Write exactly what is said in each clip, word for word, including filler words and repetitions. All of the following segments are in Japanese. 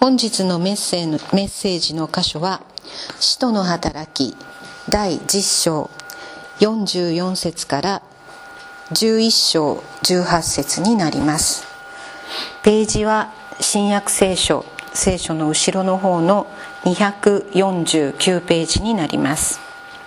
本日のメッセージのメッセージの箇所は使徒の働きだいじゅっ章よんじゅうよん節からじゅういっ章じゅうはち節になります。ページは新約聖書聖書の後ろの方のにひゃくよんじゅうきゅうページになります。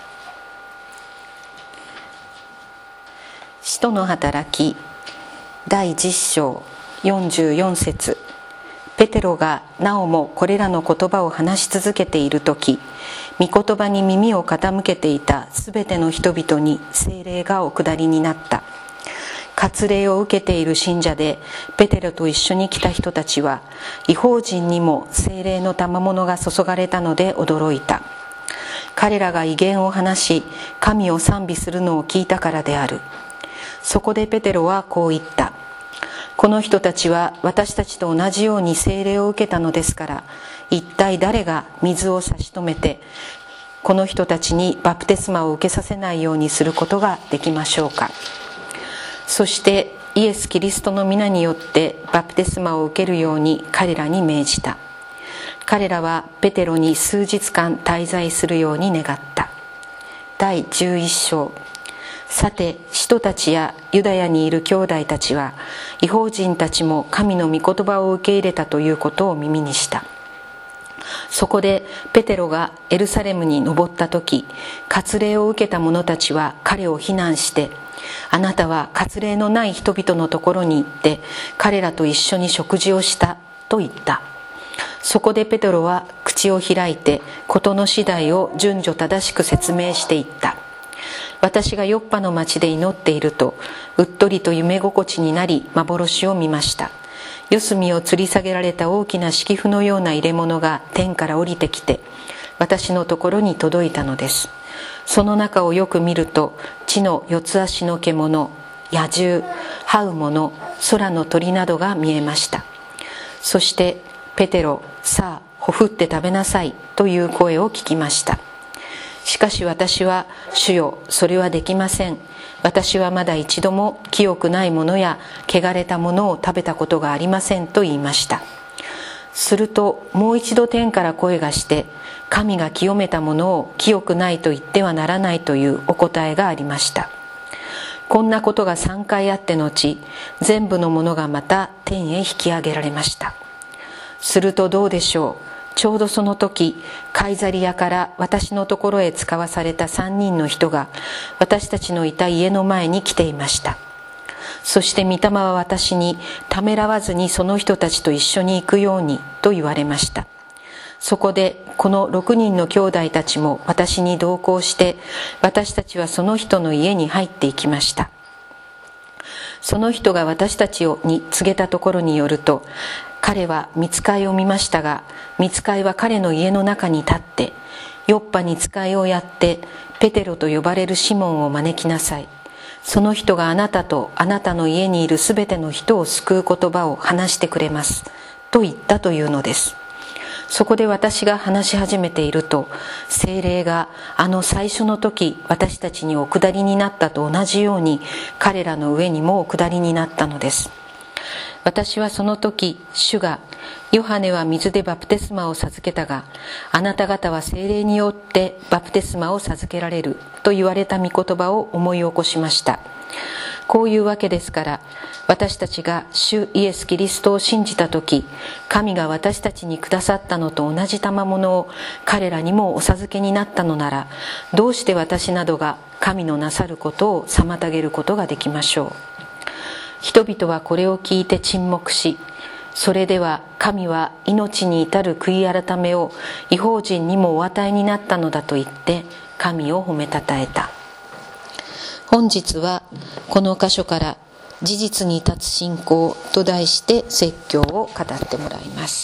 使徒の働きだいじゅっ章よんじゅうよん節。ペテロがなおもこれらの言葉を話し続けているとき、御言葉に耳を傾けていたすべての人々に聖霊がお下りになった。割礼を受けている信者でペテロと一緒に来た人たちは、異邦人にも聖霊の賜物が注がれたので驚いた。彼らが異言を話し神を賛美するのを聞いたからである。そこでペテロはこう言った。この人たちは私たちと同じように聖霊を受けたのですから、一体誰が水を差し止めてこの人たちにバプテスマを受けさせないようにすることができましょうか。そしてイエス・キリストの皆によってバプテスマを受けるように彼らに命じた。彼らはペテロに数日間滞在するように願った。だいじゅういっ章。さて使徒たちやユダヤにいる兄弟たちは、異邦人たちも神の御言葉を受け入れたということを耳にした。そこでペテロがエルサレムに登った時、割礼を受けた者たちは彼を非難して、あなたは割礼のない人々のところに行って彼らと一緒に食事をしたと言った。そこでペテロは口を開いて事の次第を順序正しく説明していった。私がヨッパの町で祈っていると、うっとりと夢心地になり幻を見ました。四隅を吊り下げられた大きな敷布のような入れ物が天から降りてきて私のところに届いたのです。その中をよく見ると、地の四つ足の獣、野獣、這う者、空の鳥などが見えました。そしてペテロ、さあほふって食べなさいという声を聞きました。しかし私は、主よ、それはできません。私はまだ一度も清くないものや汚れたものを食べたことがありませんと言いました。するともう一度天から声がして、神が清めたものを清くないと言ってはならないというお答えがありました。こんなことがさんかいあって後、全部のものがまた天へ引き上げられました。するとどうでしょう。ちょうどその時、カイザリヤから私のところへ使わされた三人の人が私たちのいた家の前に来ていました。そして御霊は私に、ためらわずにその人たちと一緒に行くようにと言われました。そこでこの六人の兄弟たちも私に同行して、私たちはその人の家に入っていきました。その人が私たちに告げたところによると、彼は御使いを見ましたが、御使いは彼の家の中に立って、ヨッパに使いをやってペテロと呼ばれるシモンを招きなさい。その人があなたとあなたの家にいるすべての人を救う言葉を話してくれますと言ったというのです。そこで私が話し始めていると、聖霊があの最初の時私たちにお下りになったと同じように彼らの上にもお下りになったのです。私はその時、主が、ヨハネは水でバプテスマを授けたが、あなた方は聖霊によってバプテスマを授けられると言われた御言葉を思い起こしました。こういうわけですから、私たちが主イエス・キリストを信じた時、神が私たちにくださったのと同じ賜物を彼らにもお授けになったのなら、どうして私などが神のなさることを妨げることができましょう。人々はこれを聞いて沈黙し、それでは神は命に至る悔い改めを異邦人にもお与えになったのだと言って神を褒めたたえた。本日はこの箇所から事実に立つ信仰と題して説教を語ってもらいます。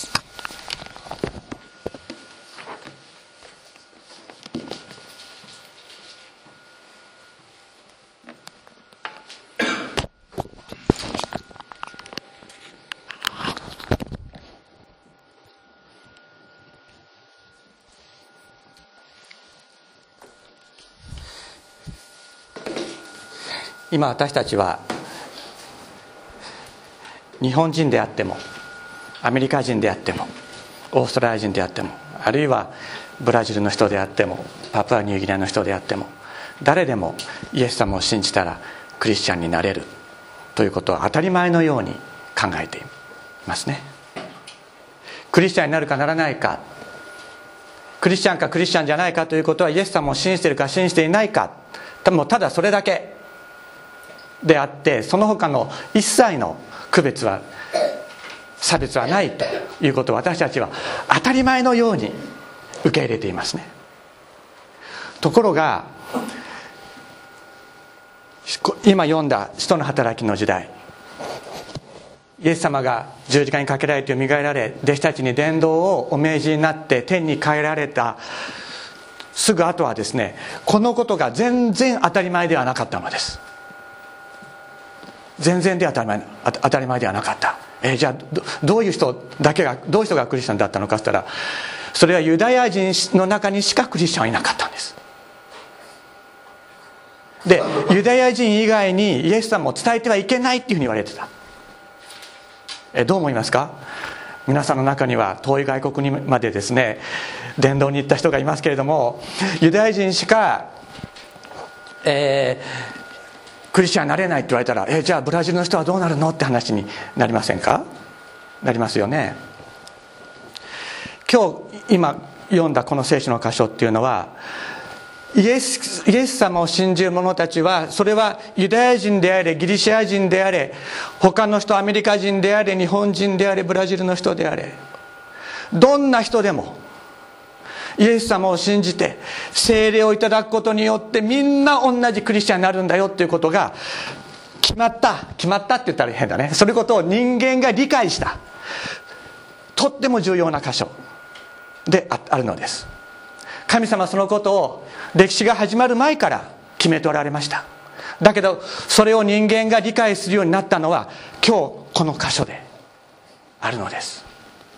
今私たちは日本人であってもアメリカ人であってもオーストラリア人であっても、あるいはブラジルの人であっても、パプアニューギニアの人であっても、誰でもイエス様を信じたらクリスチャンになれるということは当たり前のように考えていますね。クリスチャンになるかならないか、クリスチャンかクリスチャンじゃないかということは、イエス様を信じているか信じていないか、もうただそれだけであって、その他の一切の区別は、差別はないということを私たちは当たり前のように受け入れていますね。ところが今読んだ使徒の働きの時代、イエス様が十字架にかけられてよみがえられ、弟子たちに伝道をお命じになって天に帰られたすぐ後はですね、このことが全然当たり前ではなかったのです。全然で当たり前、当たり前ではなかった。えー、じゃあ ど, どういう人だけがどういう人がクリスチャンだったのかと言ったら、それはユダヤ人の中にしかクリスチャンはいなかったんです。で、ユダヤ人以外にイエス様を伝えてはいけないっていうふうに言われてた。えー、どう思いますか？皆さんの中には遠い外国にまでですね伝道に行った人がいますけれども、ユダヤ人しか、えークリスチャンになれないって言われたら、えじゃあブラジルの人はどうなるのって話になりませんか？なりますよね。今日今読んだこの聖書の箇所っていうのは、イエス、イエス様を信じる者たちは、それはユダヤ人であれ、ギリシャ人であれ、他の人、アメリカ人であれ、日本人であれ、ブラジルの人であれ、どんな人でもイエス様を信じて聖霊をいただくことによってみんな同じクリスチャンになるんだよということが決まった決まったって言ったら変だね。それことを人間が理解したとっても重要な箇所で あ, あるのです。神様はそのことを歴史が始まる前から決めておられました。だけどそれを人間が理解するようになったのは今日この箇所であるのです。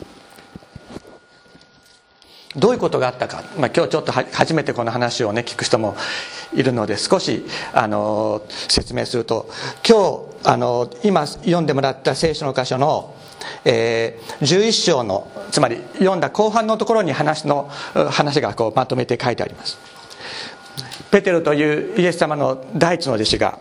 どういうことがあったか、まあ、今日ちょっと初めてこの話をね聞く人もいるので少しあの説明すると、今日あの今読んでもらった聖書の箇所の、えー、じゅういっ章のつまり読んだ後半のところに話の話がこうまとめて書いてあります。ペテロというイエス様の第一の弟子が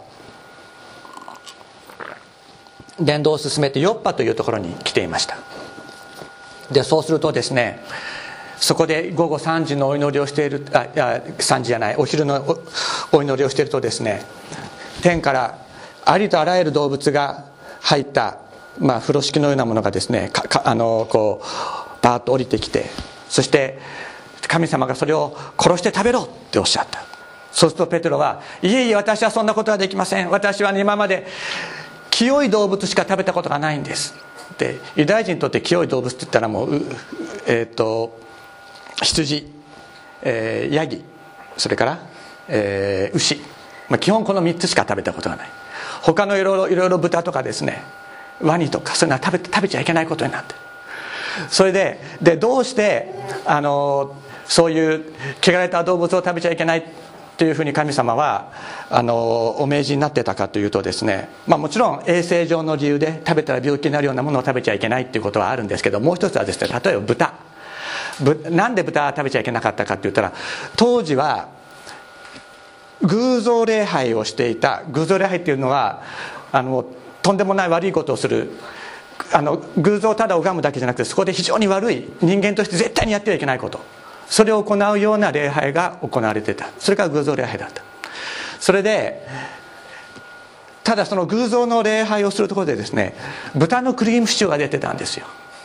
伝道を進めてヨッパというところに来ていました。でそうするとですね、そこで午後さんじのお祈りをしている、あ、いやさんじじゃない、お昼の お, お祈りをしているとですね、天からありとあらゆる動物が入った、まあ、風呂敷のようなものがですね、かかあのこうバーッと降りてきて、そして神様がそれを殺して食べろっておっしゃった。そうするとペテロは、いえいえ私はそんなことはできません。私は今まで清い動物しか食べたことがないんです。でユダヤ人にとって清い動物って言ったらもう、えー、と羊、えー、ヤギ、それから、えー、牛、まあ、基本このみっつしか食べたことがない。他のいろいろいろいろ豚とかですね、ワニとかそういうのは食べ、食べちゃいけないことになって、それで、でどうしてあのそういう汚れた動物を食べちゃいけないというふうに神様はあのお命じになってたかというとですね、まあ、もちろん衛生上の理由で食べたら病気になるようなものを食べちゃいけないということはあるんですけど、もう一つはですね、例えば豚、なんで豚は食べちゃいけなかったかって言ったら、当時は偶像礼拝をしていた。偶像礼拝っていうのはあのとんでもない悪いことをする、あの偶像をただ拝むだけじゃなくて、そこで非常に悪い人間として絶対にやってはいけないこと、それを行うような礼拝が行われていた。それが偶像礼拝だった。それでただその偶像の礼拝をするところでですね、豚のクリームシチューが出てたんですよ。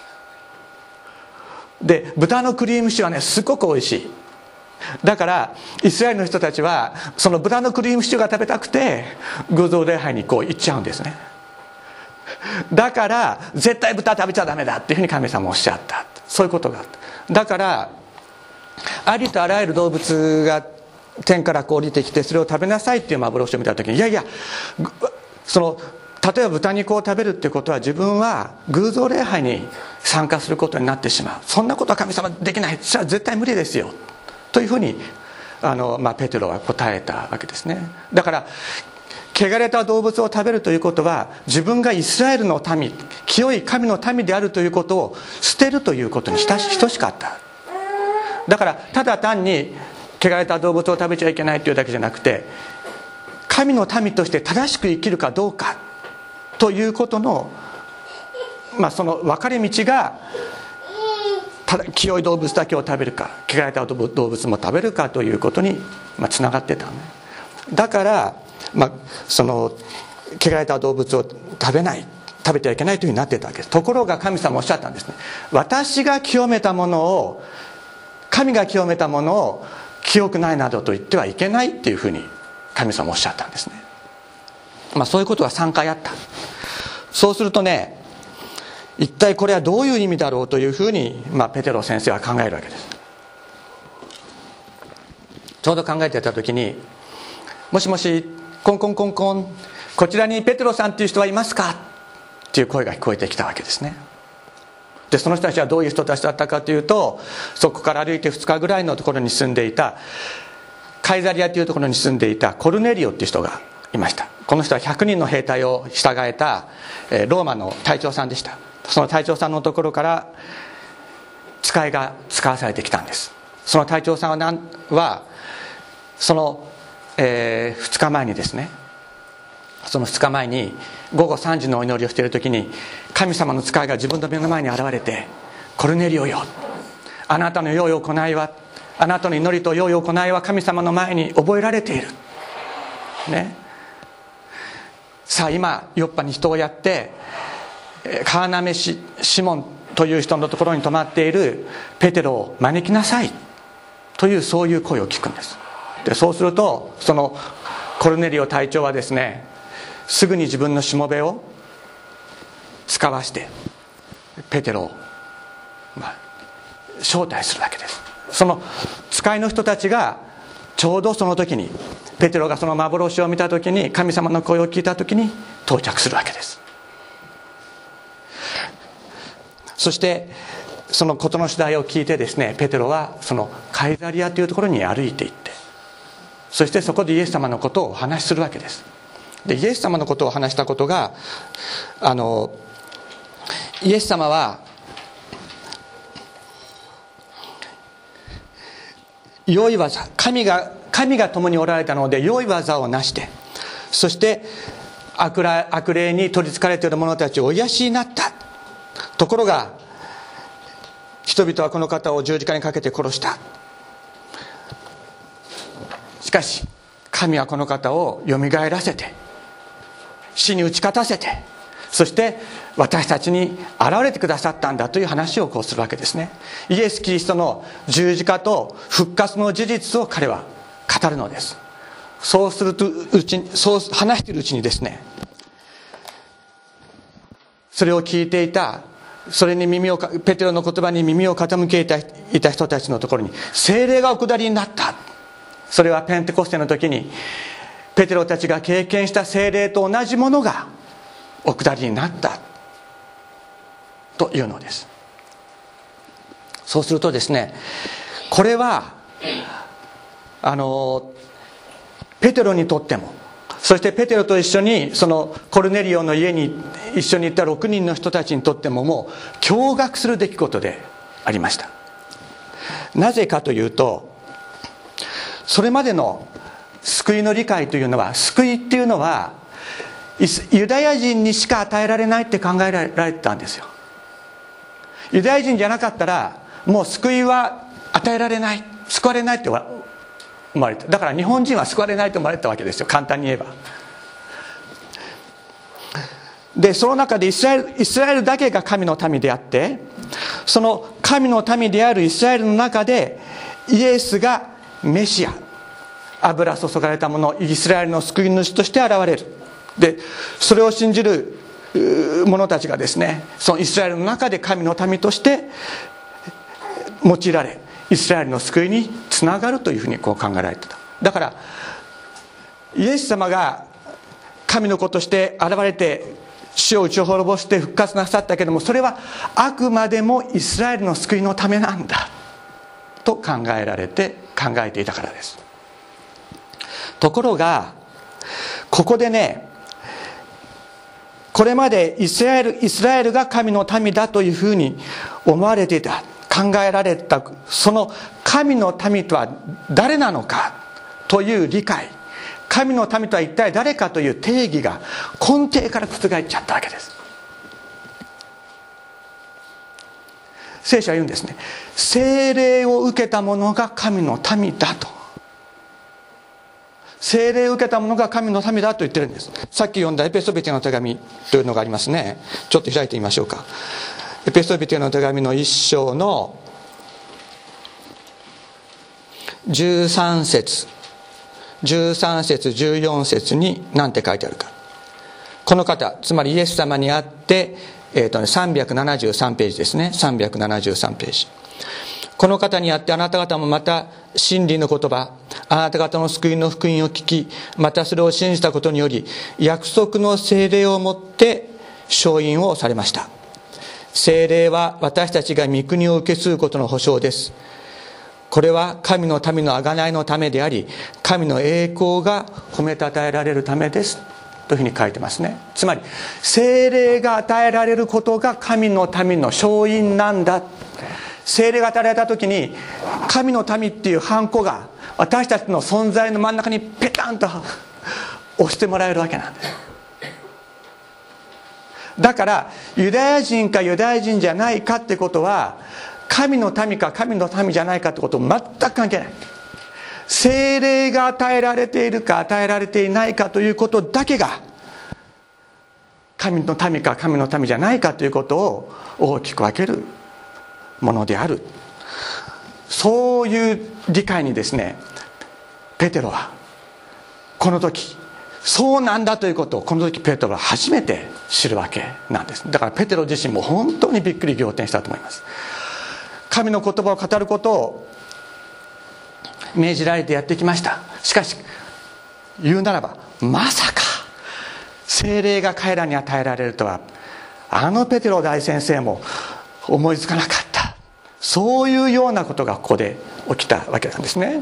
で豚のクリームシチューはねすごく美味しい。だからイスラエルの人たちはその豚のクリームシチューが食べたくて偶像礼拝にこう行っちゃうんですね。だから絶対豚食べちゃダメだっていうふうに神様おっしゃった。そういうことがあった。だからありとあらゆる動物が天からこう降りてきてそれを食べなさいっていう幻を見た時に、いやいや、その例えば豚肉を食べるっていうことは自分は偶像礼拝に参加することになってしまう。そんなことは神様できない。それは絶対無理ですよというふうにあの、まあ、ペテロは答えたわけですね。だから汚れた動物を食べるということは、自分がイスラエルの民、清い神の民であるということを捨てるということに等しかった。だからただ単に汚れた動物を食べちゃいけないというだけじゃなくて、神の民として正しく生きるかどうかということの、まあ、その分かれ道が、ただ清い動物だけを食べるか、汚れた動物も食べるかということにつながってたのね。だから、まあ、その汚れた動物を食べない、食べてはいけないというふうになってたわけです。ところが神様おっしゃったんですね。私が清めたものを、神が清めたものを清くないなどと言ってはいけないっていうふうに神様おっしゃったんですね。まあ、そういうことがさんかいあった。そうするとね、一体これはどういう意味だろうというふうに、まあ、ペテロ先生は考えるわけです。ちょうど考えていた時に、もしもし、コンコンコンコン、こちらにペテロさんっていう人はいますかっていう声が聞こえてきたわけですね。でその人たちはどういう人たちだったかというと、そこから歩いてふつかぐらいのところに住んでいた、カイザリアというところに住んでいたコルネリオっていう人がいました。この人はひゃくにんの兵隊を従えたローマの隊長さんでした。その隊長さんのところから使いが使わされてきたんです。その隊長さんは何はその、えー、ふつかまえにですね、そのふつかまえにごごさんじのお祈りをしている時に、神様の使いが自分の目の前に現れて、コルネリオよ、あなたの良い行いは、あなたの祈りと良い行いは神様の前に覚えられている、ね、さあ今ヨッパに人をやってカーナメシシモンという人のところに泊まっているペテロを招きなさいという、そういう声を聞くんです。でそうすると、そのコルネリオ隊長はですね、すぐに自分のしもべを使わしてペテロを、まあ、招待するわけです。その使いの人たちがちょうどその時に、ペテロがその幻を見た時に、神様の声を聞いた時に到着するわけです。そしてその事の次第を聞いてですね、ペテロはそのカイザリアというところに歩いていって、そしてそこでイエス様のことをお話しするわけです。でイエス様のことを話したことが、あのイエス様は良い技、神が神が共におられたので良い技をなして、そして悪霊、悪霊に取りつかれている者たちをお癒しになった。ところが人々はこの方を十字架にかけて殺した。しかし神はこの方をよみがえらせて、死に打ち勝たせて、そして私たちに現れてくださったんだという話をこうするわけですね。イエス・キリストの十字架と復活の事実を彼は語るのです。そうするとうちに、そう話しているうちにですね、それを聞いていた、それに耳を、ペテロの言葉に耳を傾けていた人たちのところに聖霊がお下りになった。それはペンテコステの時にペテロたちが経験した聖霊と同じものがお下りになったというのです。そうするとですね、これはあのペテロにとっても、そしてペテロと一緒にそのコルネリオの家に一緒に行ったろくにんの人たちにとっても、もう驚愕する出来事でありました。なぜかというと、それまでの救いの理解というのは、救いっていうのはユダヤ人にしか与えられないって考えられてたんですよ。ユダヤ人じゃなかったらもう救いは与えられない、救われないって思われた。だから日本人は救われないと思われたわけですよ、簡単に言えば。でその中でイスラエル、イスラエルだけが神の民であって、その神の民であるイスラエルの中でイエスがメシア、油注がれたもの、イスラエルの救い主として現れる。でそれを信じる者たちがですね、そのイスラエルの中で神の民として用いられ、イスラエルの救いにつながるというふうにこう考えられてた。だからイエス様が神の子として現れて死を打ち滅ぼして復活なさったけども、それはあくまでもイスラエルの救いのためなんだと考えられて考えていたからです。ところがここでね、これまでイスラエル、イスラエルが神の民だというふうに思われていた、考えられた、その神の民とは誰なのかという理解、神の民とは一体誰かという定義が根底から覆っちゃったわけです。聖書は言うんですね、聖霊を受けた者が神の民だと。聖霊を受けた者が神の民だと言ってるんです。さっき読んだエペソビテの手紙というのがありますね。ちょっと開いてみましょうか。エペソビテの手紙の一章のじゅうさん節、じゅうさん節じゅうよん節に何て書いてあるか。この方、つまりイエス様にあって、えーとね、さんびゃくななじゅうさんページですね。さんびゃくななじゅうさんページ。この方にあってあなた方もまた真理の言葉、あなた方の救いの福音を聞き、またそれを信じたことにより約束の聖霊をもって承認をされました。聖霊は私たちが御国を受け継ぐことの保証です。これは神の民の贖いのためであり、神の栄光が褒めたたえられるためですというふうに書いてますね。つまり聖霊が与えられることが神の民の勝因なんだ。聖霊が与えられた時に神の民っていうハンコが私たちの存在の真ん中にペタンと押してもらえるわけなんです。だからユダヤ人かユダヤ人じゃないかってことは、神の民か神の民じゃないかってこと全く関係ない。聖霊が与えられているか与えられていないかということだけが神の民か神の民じゃないかということを大きく分けるものである。そういう理解にですね、ペテロはこの時そうなんだということをこの時ペテロは初めて知るわけなんです。だからペテロ自身も本当にびっくり仰天したと思います。神の言葉を語ることを命じられてやってきました。しかし言うならば、まさか聖霊が彼らに与えられるとはあのペテロ大先生も思いつかなかった。そういうようなことがここで起きたわけなんですね。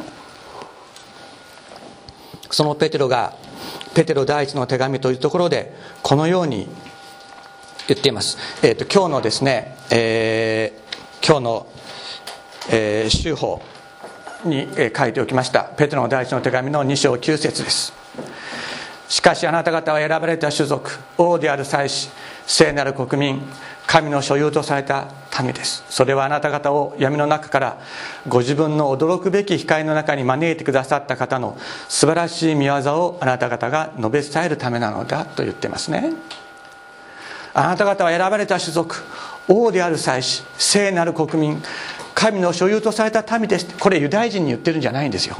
そのペテロがペテロ第一の手紙というところでこのように言っています。えーと、今日のですね、えー、今日の、えー、修法に書いておきましたペテロの第一の手紙のに章きゅう節です。しかしあなた方は選ばれた種族、王である祭司、聖なる国民、神の所有とされた民です。それはあなた方を闇の中からご自分の驚くべき光の中に招いてくださった方の素晴らしい御業をあなた方が述べ伝えるためなのだと言ってますね。あなた方は選ばれた種族、王である祭司、聖なる国民、神の所有とされた民です。これユダヤ人に言ってるんじゃないんですよ。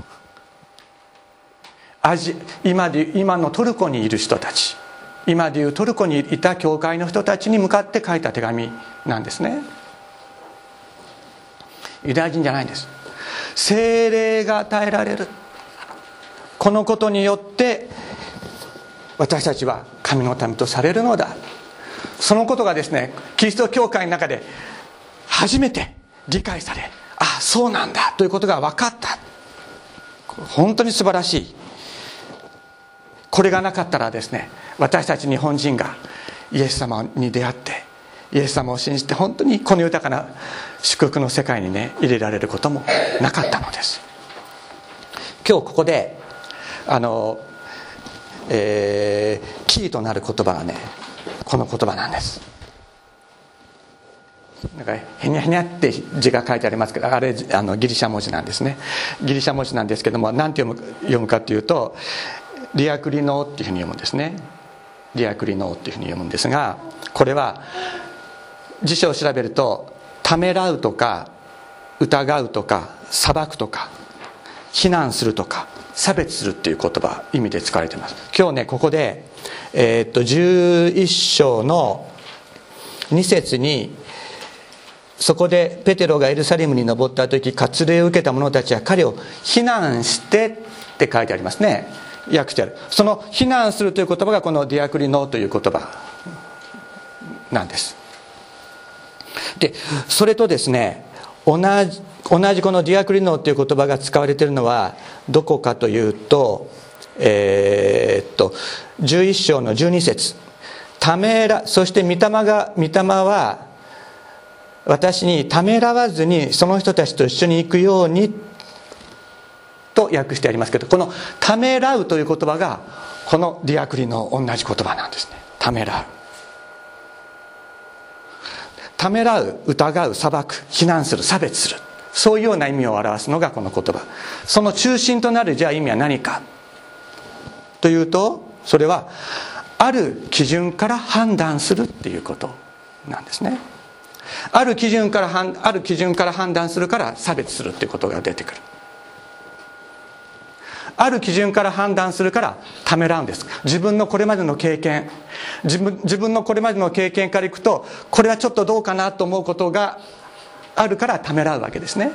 アジ 今, で今のトルコにいる人たち、今でいうトルコにいた教会の人たちに向かって書いた手紙なんですね。ユダヤ人じゃないんです。聖霊が与えられる、このことによって私たちは神の民とされるのだ。そのことがですね、キリスト教会の中で初めて理解され、あ、そうなんだということが分かった。本当に素晴らしい。これがなかったらですね、私たち日本人がイエス様に出会ってイエス様を信じて本当にこの豊かな祝福の世界にね入れられることもなかったのです。今日ここであの、えー、キーとなる言葉がね、この言葉なんです。なんかへにゃへにゃって字が書いてありますけど、あれあのギリシャ文字なんですね。ギリシャ文字なんですけども、何て読む、読むかというとリアクリノーっていうふうに読むんですね。リアクリノーっていうふうに読むんですが、これは辞書を調べるとためらうとか疑うとか裁くとか非難するとか差別するっていう言葉、意味で使われています。今日ねここで、えー、っとじゅういっ章のに節に、そこでペテロがエルサレムに登った時、割礼を受けた者たちは彼を非難してって書いてありますね。訳してある。その非難するという言葉がこのディアクリノという言葉なんです。でそれとですね、同じ同じこのディアクリノという言葉が使われているのはどこかというと、 えー、っとじゅういっ章のじゅうに節、ためらそして御霊が御霊は私にためらわずにその人たちと一緒に行くようにと訳してありますけど、このためらうという言葉がこのディアクリの同じ言葉なんですね。ためらう、ためらう、疑う、裁く、非難する、差別する、そういうような意味を表すのがこの言葉。その中心となるじゃあ意味は何かというと、それはある基準から判断するっていうことなんですね。ある基準からある基準から判断するから差別するっていうことが出てくる。ある基準から判断するからためらうんです。自分のこれまでの経験、自分、自分のこれまでの経験からいくと、これはちょっとどうかなと思うことがあるからためらうわけですね。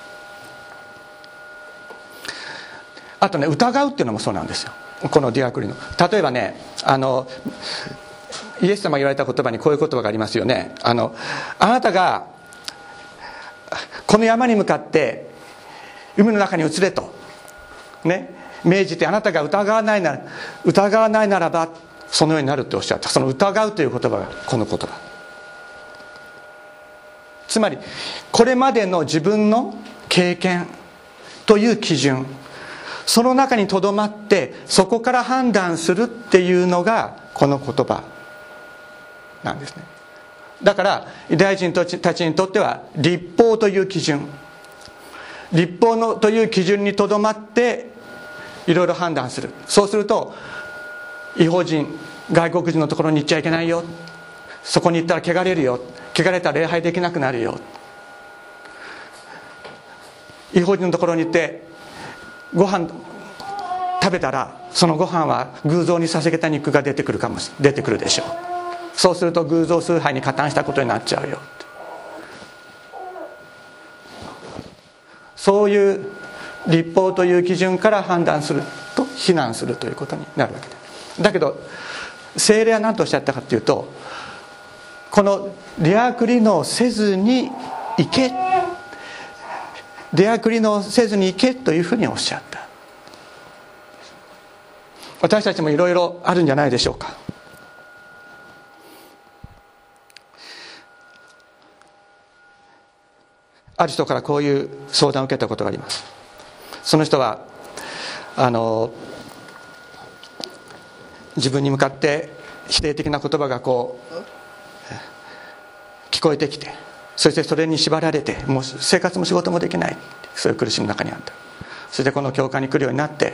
あとね、疑うっていうのもそうなんですよ、このディアクリの。例えばね、あのイエス様が言われた言葉にこういう言葉がありますよね。あのあなたがこの山に向かって海の中に移れとね、命じて、あなたが疑わないなら疑わないならばそのようになるっておっしゃった。その疑うという言葉がこの言葉。つまりこれまでの自分の経験という基準、その中にとどまってそこから判断するっていうのがこの言葉なんですね。だからユダヤ人たちにとっては律法という基準、律法のという基準にとどまっていろいろ判断する。そうすると異邦人、外国人のところに行っちゃいけないよ、そこに行ったら汚れるよ、汚れたら礼拝できなくなるよ、異邦人のところに行ってご飯食べたらそのご飯は偶像に捧げた肉が出てくるかも出てくるでしょう。そうすると偶像崇拝に加担したことになっちゃうよ。そういう律法という基準から判断すると非難するということになるわけです。だけど聖霊は何とおっしゃったかというと、このディアクリノをせずに行け、ディアクリノをせずに行けというふうにおっしゃった。私たちもいろいろあるんじゃないでしょうか。ある人からこういう相談を受けたことがあります。その人はあの自分に向かって否定的な言葉がこう聞こえてきて、そしてそれに縛られてもう生活も仕事もできない、そういう苦しみの中にあった。そしてこの教会に来るようになって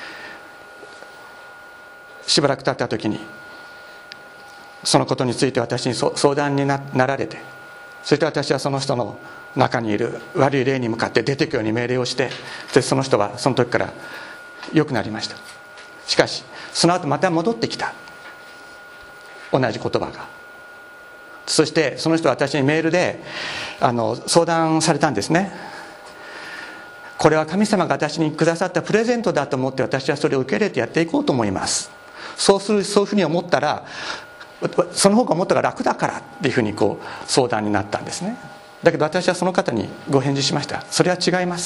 しばらく経った時にそのことについて私に相談に な, なられて、そして私はその人の中にいる悪い霊に向かって出ていくように命令をして、でその人はその時から良くなりました。しかしその後また戻ってきた、同じ言葉が。そしてその人は私にメールであの相談されたんですね。これは神様が私にくださったプレゼントだと思って、私はそれを受け入れてやっていこうと思います。そうするそういうふうに思ったら、その方がもっと楽だからっていうふうにこう相談になったんですね。だけど私はその方にご返事しました。それは違います。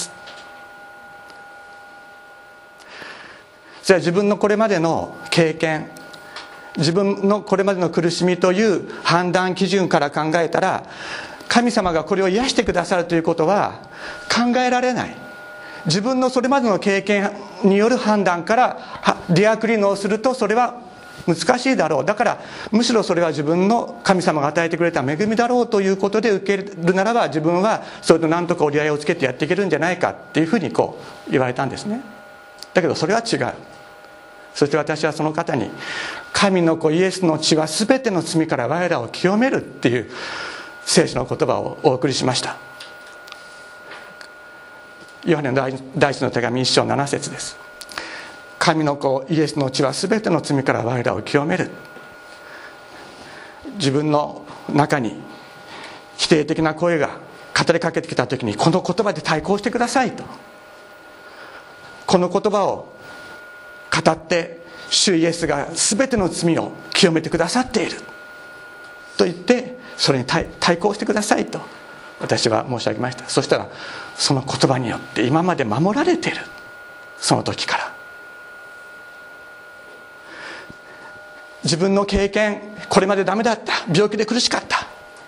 それは自分のこれまでの経験、自分のこれまでの苦しみという判断基準から考えたら、神様がこれを癒してくださるということは考えられない。自分のそれまでの経験による判断からディアクリノをするとそれは難しいだろう。だからむしろそれは自分の神様が与えてくれた恵みだろうということで受けるならば、自分はそれと何とか折り合いをつけてやっていけるんじゃないかっていうふうにこう言われたんですね。だけどそれは違う。そして私はその方に、神の子イエスの血は全ての罪から我らを清めるっていう聖書の言葉をお送りしました。ヨハネの第一の手紙一章七節です。神の子イエスの血は全ての罪から我らを清める。自分の中に否定的な声が語りかけてきた時に、この言葉で対抗してくださいと、この言葉を語って主イエスが全ての罪を清めてくださっていると言って、それに 対, 対抗してくださいと私は申し上げました。そしたらその言葉によって今まで守られている。その時から自分の経験、これまでダメだった、病気で苦しかった、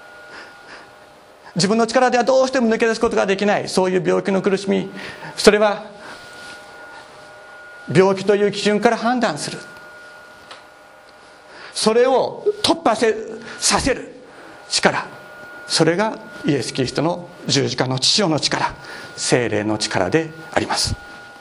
自分の力ではどうしても抜け出すことができない、そういう病気の苦しみ、それは病気という基準から判断する、それを突破せさせる力、それがイエス・キリストの十字架の父の力、聖霊の力であります。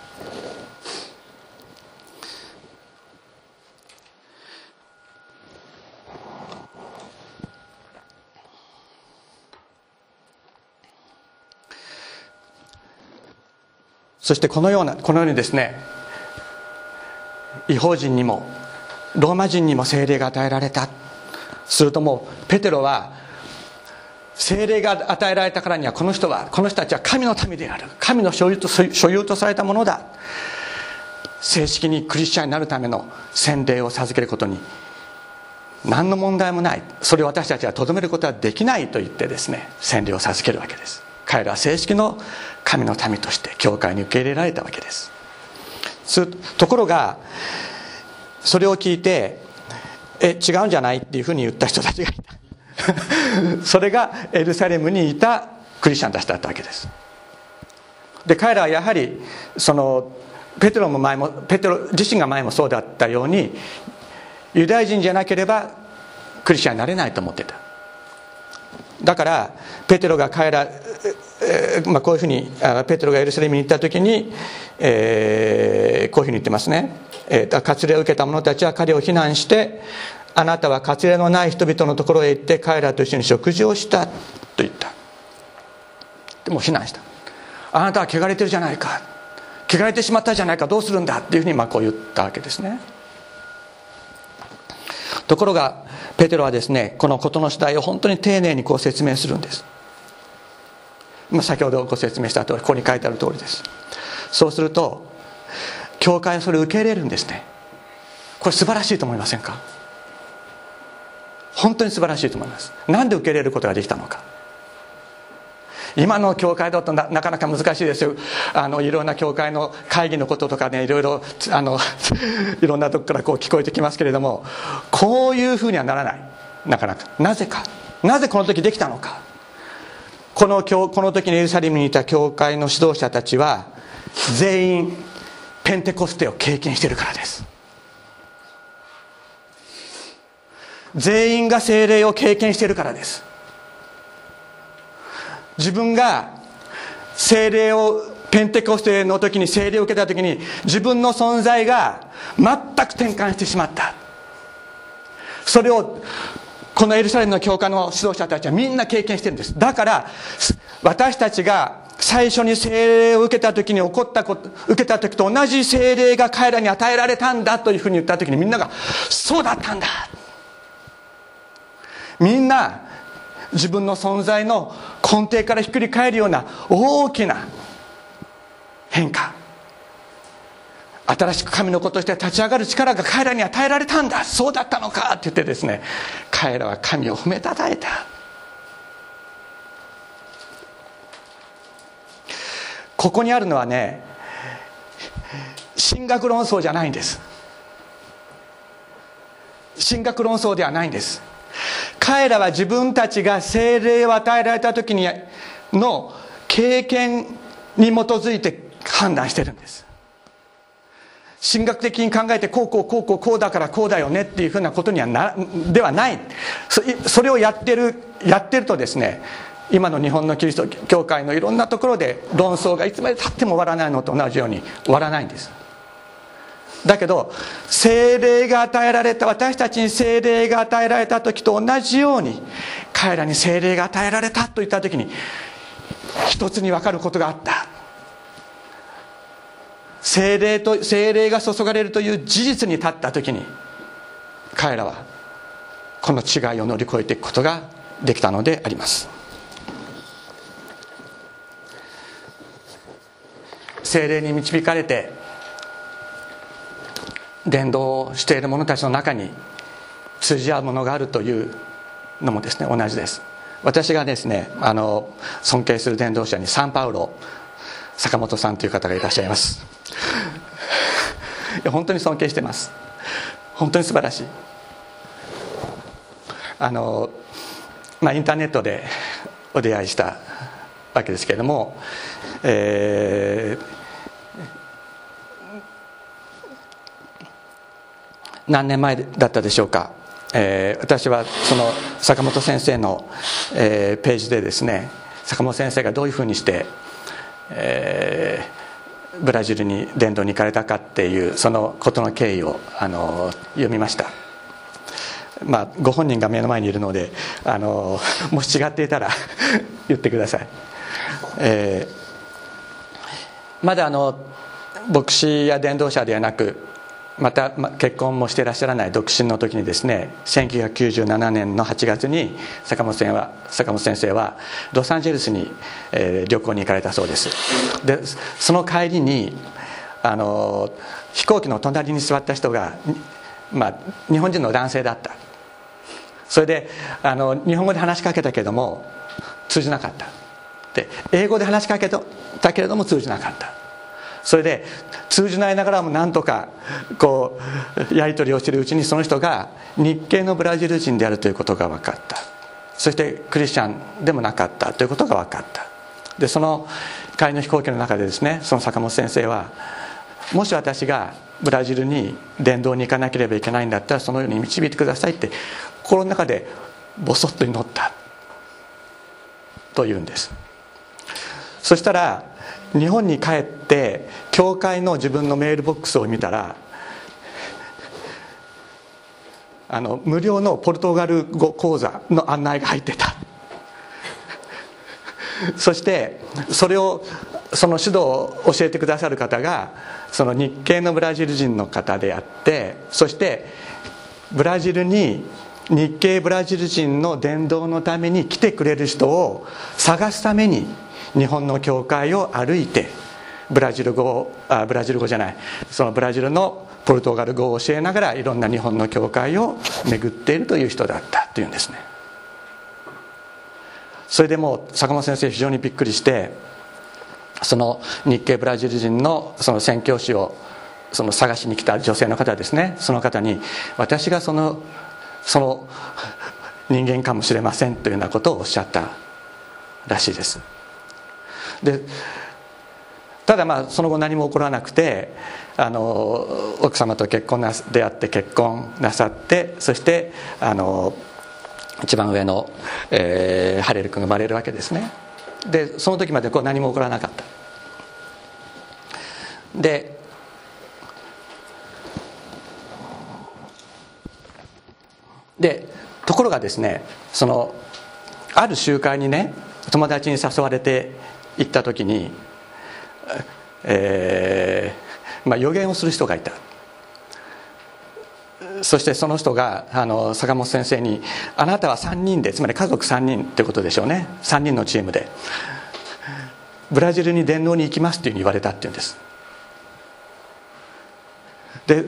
そしてこのようなこのようにですね、異邦人にもローマ人にも聖霊が与えられた。するともうペテロは、聖霊が与えられたからには、この人はこの人たちは神の民である、神の所有と所有とされたものだ、正式にクリスチャンになるための洗礼を授けることに何の問題もない、それを私たちはとどめることはできないと言ってですね、洗礼を授けるわけです。彼らは正式の神の民として教会に受け入れられたわけです。ところがそれを聞いて、え違うんじゃないっていうふうに言った人たちがいたそれがエルサレムにいたクリスチャンたちだったわけです。で彼らはやはりそのペテロも前もペテロ自身が前もそうだったように、ユダヤ人じゃなければクリスチャンになれないと思ってた。だからペテロが彼ら、えーまあ、こういうふうにペテロがエルサレムに行った時に、えー、こういうふうに言ってますね。えー、割礼を受けた者たちは彼を非難して、あなたは割礼のない人々のところへ行って彼らと一緒に食事をしたと言った。でも非難した。あなたは汚れてるじゃないか、汚れてしまったじゃないか、どうするんだっていうふうにまあこう言ったわけですね。ところがペテロはですね、この事の主題を本当に丁寧にこう説明するんです。まあ、先ほどご説明した通り、ここに書いてある通りです。そうすると教会はそれを受け入れるんですね。これ素晴らしいと思いませんか？本当に素晴らしいと思います。なんで受け入れることができたのか。今の教会だと な, なかなか難しいですよ。あのいろんな教会の会議のこととかね、いろいろあのいろんなとこからこう聞こえてきますけれども、こういうふうにはならない。なかなか。なぜか。なぜこの時できたのか。このこの時にエルサレムにいた教会の指導者たちは全員ペンテコステを経験しているからです。全員が聖霊を経験しているからです。自分が聖霊をペンテコステの時に聖霊を受けた時に、自分の存在が全く転換してしまった。それをこのエルサレムの教会の指導者たちはみんな経験しているんです。だから私たちが最初に聖霊を受けた時に起こったこと、受けた時と同じ聖霊が彼らに与えられたんだというふうに言った時に、みんながそうだったんだ、みんな自分の存在の根底からひっくり返るような大きな変化、新しく神の子として立ち上がる力が彼らに与えられたんだ、そうだったのかって言ってですね、彼らは神を褒めたたえた。ここにあるのはね、神学論争じゃないんです。神学論争ではないんです。彼らは自分たちが聖霊を与えられた時にの経験に基づいて判断してるんです。神学的に考えてこうこうこうこうこうだからこうだよねっていうふうなことにはなではない。 そ, それをやってるやってるとですね、今の日本のキリスト教会のいろんなところで論争がいつまで経っても終わらないのと同じように終わらないんです。だけど聖霊が与えられた、私たちに聖霊が与えられた時と同じように、彼らに聖霊が与えられたといった時に一つに分かることがあった。聖霊と聖霊が注がれるという事実に立った時に、彼らはこの違いを乗り越えていくことができたのであります。聖霊に導かれて伝道している者たちの中に通じ合うものがあるというのもですね、同じです。私がですね、あの尊敬する伝道者にサンパウロ坂本さんという方がいらっしゃいます。いや本当に尊敬してます。本当に素晴らしい。 あの、まあ、インターネットでお出会いしたわけですけれども、えー、何年前だったでしょうか、えー、私はその坂本先生の、えー、ページでですね、坂本先生がどういうふうにして、えー、ブラジルに伝道に行かれたかっていうそのことの経緯をあの読みました。まあ、ご本人が目の前にいるので、あのもし違っていたら言ってください。えー、まだあの牧師や伝道者ではなく、また結婚もしていらっしゃらない独身の時にですね、せんきゅうひゃくきゅうじゅうななねんのはちがつに坂本先生は、坂本先生はロサンゼルスに、えー、旅行に行かれたそうです。でその帰りにあの飛行機の隣に座った人が、まあ、日本人の男性だった。それであの日本語で話しかけたけれども通じなかった。で英語で話しかけたけれども通じなかった。それで通じないながらもなんとかこうやり取りをしているうちに、その人が日系のブラジル人であるということが分かった。そしてクリスチャンでもなかったということが分かった。でその帰りの飛行機の中でですね、その坂本先生は、もし私がブラジルに伝道に行かなければいけないんだったらそのように導いてくださいって心の中でボソッと祈ったというんです。そしたら日本に帰って教会の自分のメールボックスを見たら、あの無料のポルトガル語講座の案内が入ってた。そしてそれをその指導を教えてくださる方がその日系のブラジル人の方であって、そしてブラジルに日系ブラジル人の伝道のために来てくれる人を探すために日本の教会を歩いてブラジル語あブラジル語じゃないそのブラジルのポルトガル語を教えながらいろんな日本の教会を巡っているという人だったというんですね。それでもう坂本先生非常にびっくりして、その日系ブラジル人のその宣教師をその探しに来た女性の方ですね、その方に私がそのその人間かもしれませんというようなことをおっしゃったらしいです。でただまあその後何も起こらなくて、あの奥様と結婚な出会って結婚なさって、そしてあの一番上の、えー、ハレル君が生まれるわけですね。でその時までこう何も起こらなかった。ででところがですね、そのある集会にね友達に誘われて行った時に、えーまあ、予言をする人がいた。そしてその人があの坂本先生に、あなたはさんにんで、つまり家族さんにんってことでしょうね、さんにんのチームでブラジルに伝道に行きますっていうふうに言われたっていうんです。で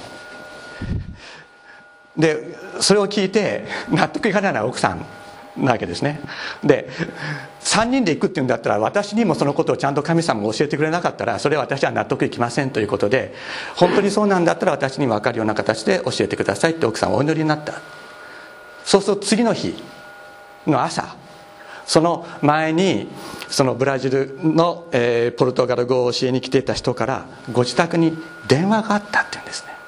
でそれを聞いて納得いかないのは奥さんなわけですね。でさんにんで行くっていうんだったら、私にもそのことをちゃんと神様が教えてくれなかったらそれは私は納得いきませんということで、本当にそうなんだったら私に分かるような形で教えてくださいって奥さんはお祈りになった。そうすると次の日の朝、その前にそのブラジルの、えー、ポルトガル語を教えに来ていた人からご自宅に電話があったっていうんですね。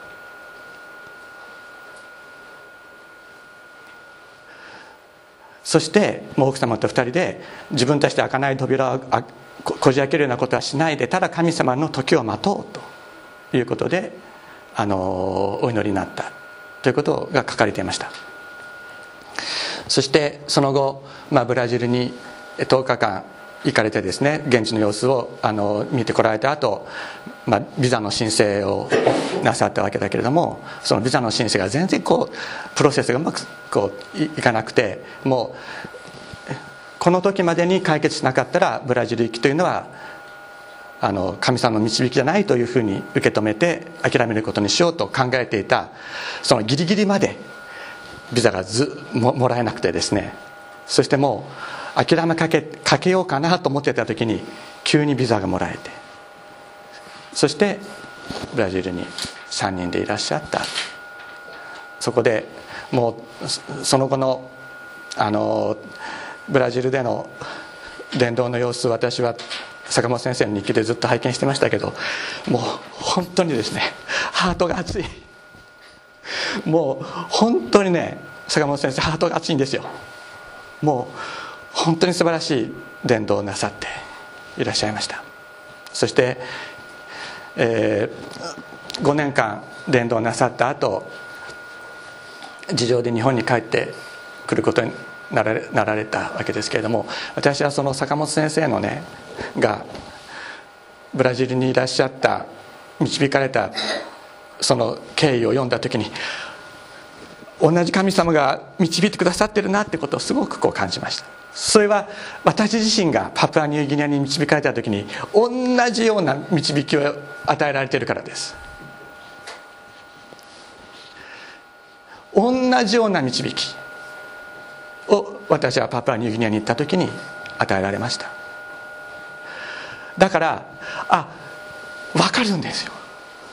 そしてもう奥様と二人で自分たちで開かない扉をこじ開けるようなことはしないで、ただ神様の時を待とうということであのお祈りになったということが書かれていました。そしてその後、まあ、ブラジルにとおかかん行かれてですね、現地の様子をあの見てこられた後、まあ、ビザの申請をなさったわけだけれども、そのビザの申請が全然こうプロセスがうまくこう い, いかなくて、もうこの時までに解決しなかったらブラジル行きというのはあの神様の導きじゃないというふうに受け止めて諦めることにしようと考えていた、そのギリギリまでビザがず も, もらえなくてですね、そしてもう諦めか け, かけようかなと思ってた時に急にビザがもらえて、そしてブラジルにさんにんでいらっしゃった。そこでもうその後のあのブラジルでの伝道の様子、私は坂本先生の日記でずっと拝見してましたけど、もう本当にですね、ハートが熱い。もう本当にね、坂本先生ハートが熱いんですよ。もう本当に素晴らしい伝道をなさっていらっしゃいました。そして、えー、ごねんかん伝道なさった後、事情で日本に帰ってくることになられ、なられたわけですけれども、私はその坂本先生のねがブラジルにいらっしゃった、導かれたその経緯を読んだ時に、同じ神様が導いてくださってるなってことをすごくこう感じました。それは私自身がパプアニューギニアに導かれた時に同じような導きを与えられているからです。同じような導きを私はパプアニューギニアに行った時に与えられました。だからあ、分かるんですよ。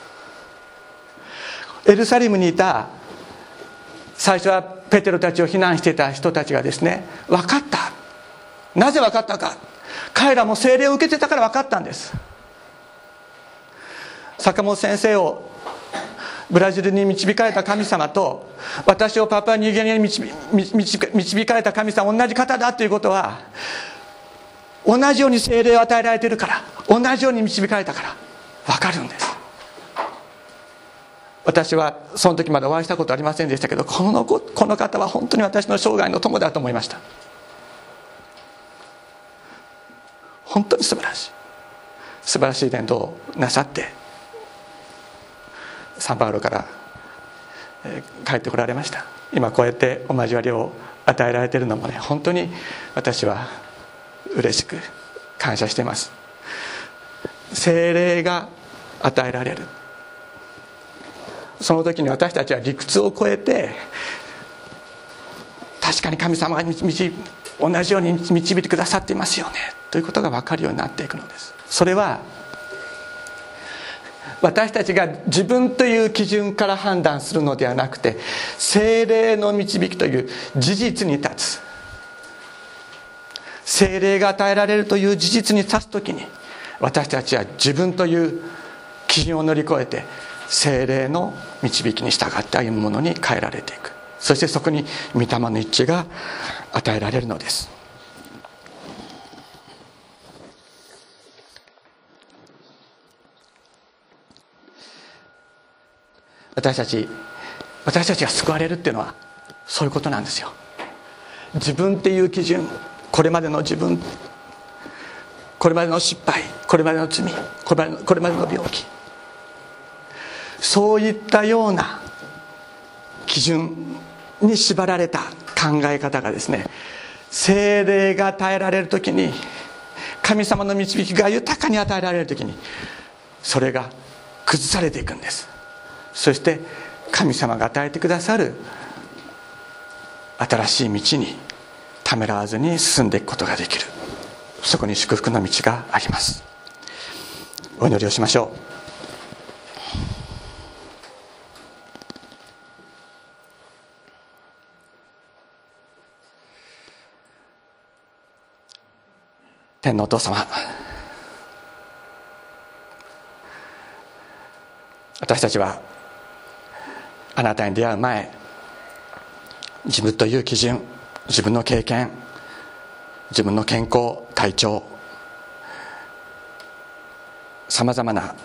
エルサレムにいた最初はペテロたちを非難していた人たちがですね、分かった。なぜ分かったか。彼らも聖霊を受けてたから分かったんです。坂本先生をブラジルに導かれた神様と、私をパプアニューギニアに 導, 導, 導かれた神様、同じ方だということは、同じように聖霊を与えられているから、同じように導かれたから分かるんです。私はその時まだお会いしたことありませんでしたけど、この、この方は本当に私の生涯の友だと思いました。本当に素晴らしい素晴らしい伝道をなさって、サンパウロから帰ってこられました。今こうやってお交わりを与えられているのもね、本当に私は嬉しく感謝しています。聖霊が与えられる、その時に私たちは理屈を超えて、確かに神様が導同じように導いてくださっていますよねということが分かるようになっていくのです。それは私たちが自分という基準から判断するのではなくて、聖霊の導きという事実に立つ、聖霊が与えられるという事実に立つときに、私たちは自分という基準を乗り越えて聖霊の導きに従って歩むものに変えられていく。そしてそこに御霊の一致が与えられるのです。私たち私たちが救われるっていうのはそういうことなんですよ。自分っていう基準、これまでの自分、これまでの失敗、これまでの罪、これまでの、これまでの病気、そういったような基準に縛られた考え方がですね、聖霊が与えられるときに、神様の導きが豊かに与えられるときに、それが崩されていくんです。そして神様が与えてくださる新しい道にためらわずに進んでいくことができる。そこに祝福の道があります。お祈りをしましょう。天のお父様、私たちはあなたに出会う前、自分という基準、自分の経験、自分の健康、体調、さまざまな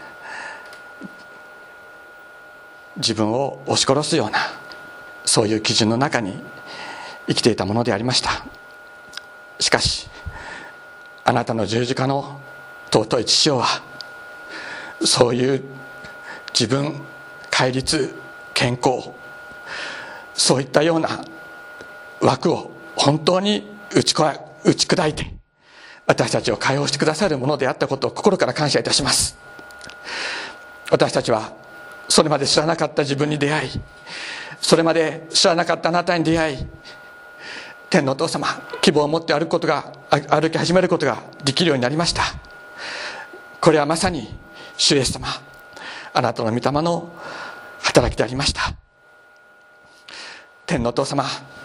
自分を押し殺すような、そういう基準の中に生きていたものでありました。しかしあなたの十字架の尊い父親は、そういう自分、戒律、健康、そういったような枠を本当に打ちこ打ち砕いて、私たちを解放してくださるものであったことを心から感謝いたします。私たちはそれまで知らなかった自分に出会い、それまで知らなかったあなたに出会い、天のお父様、希望を持って歩くことが歩き始めることができるようになりました。これはまさに主イエス様、あなたの御霊の働きでありました。 天のお父様、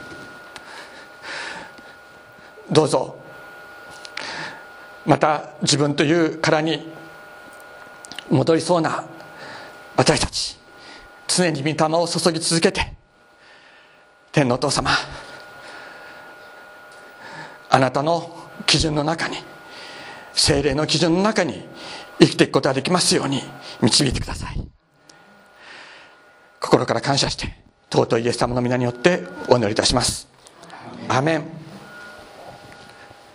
どうぞまた自分という殻に戻りそうな私たち、常に御霊を注ぎ続けて、天のお父様、あなたの基準の中に、聖霊の基準の中に生きていくことができますように導いてください。心から感謝して、尊いイエス様の皆によってお祈りいたします。アーメン。